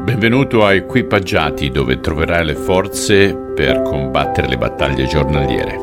Benvenuto a Equipaggiati, dove troverai le forze per combattere le battaglie giornaliere.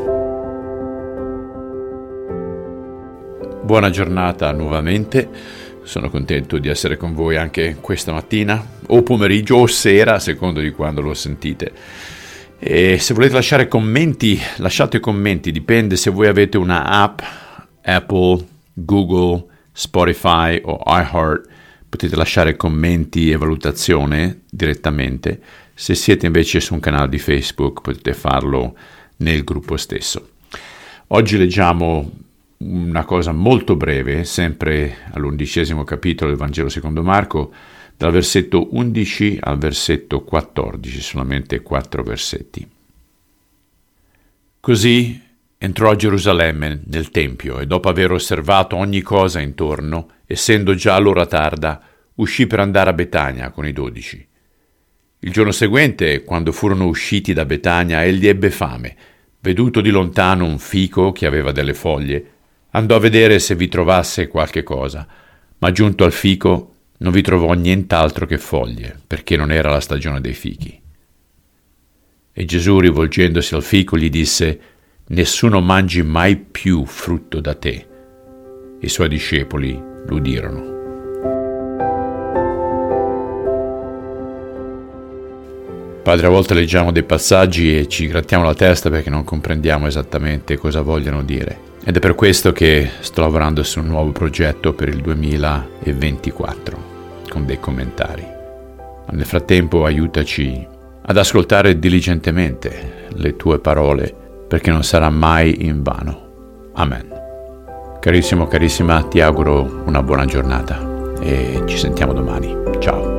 Buona giornata nuovamente, sono contento di essere con voi anche questa mattina, o pomeriggio o sera, a secondo di quando lo sentite. E se volete lasciare commenti, lasciate commenti, dipende se voi avete una app, Apple, Google, Spotify o iHeart. Potete lasciare commenti e valutazione direttamente. Se siete invece su un canale di Facebook potete farlo nel gruppo stesso. Oggi leggiamo una cosa molto breve, sempre all'11° capitolo del Vangelo secondo Marco, dal versetto 11 al versetto 14, solamente 4 versetti. Così entrò a Gerusalemme nel Tempio e dopo aver osservato ogni cosa intorno, essendo già l'ora tarda, uscì per andare a Betania con i 12. Il giorno seguente, quando furono usciti da Betania, egli ebbe fame. Veduto di lontano un fico che aveva delle foglie, andò a vedere se vi trovasse qualche cosa, ma giunto al fico non vi trovò nient'altro che foglie, perché non era la stagione dei fichi. E Gesù, rivolgendosi al fico, gli disse: «Nessuno mangi mai più frutto da te». I suoi discepoli l'udirono. Padre, a volte leggiamo dei passaggi e ci grattiamo la testa perché non comprendiamo esattamente cosa vogliono dire. Ed è per questo che sto lavorando su un nuovo progetto per il 2024, con dei commentari. Ma nel frattempo aiutaci ad ascoltare diligentemente le tue parole, perché non sarà mai invano. Amen. Carissimo, carissima, ti auguro una buona giornata e ci sentiamo domani. Ciao.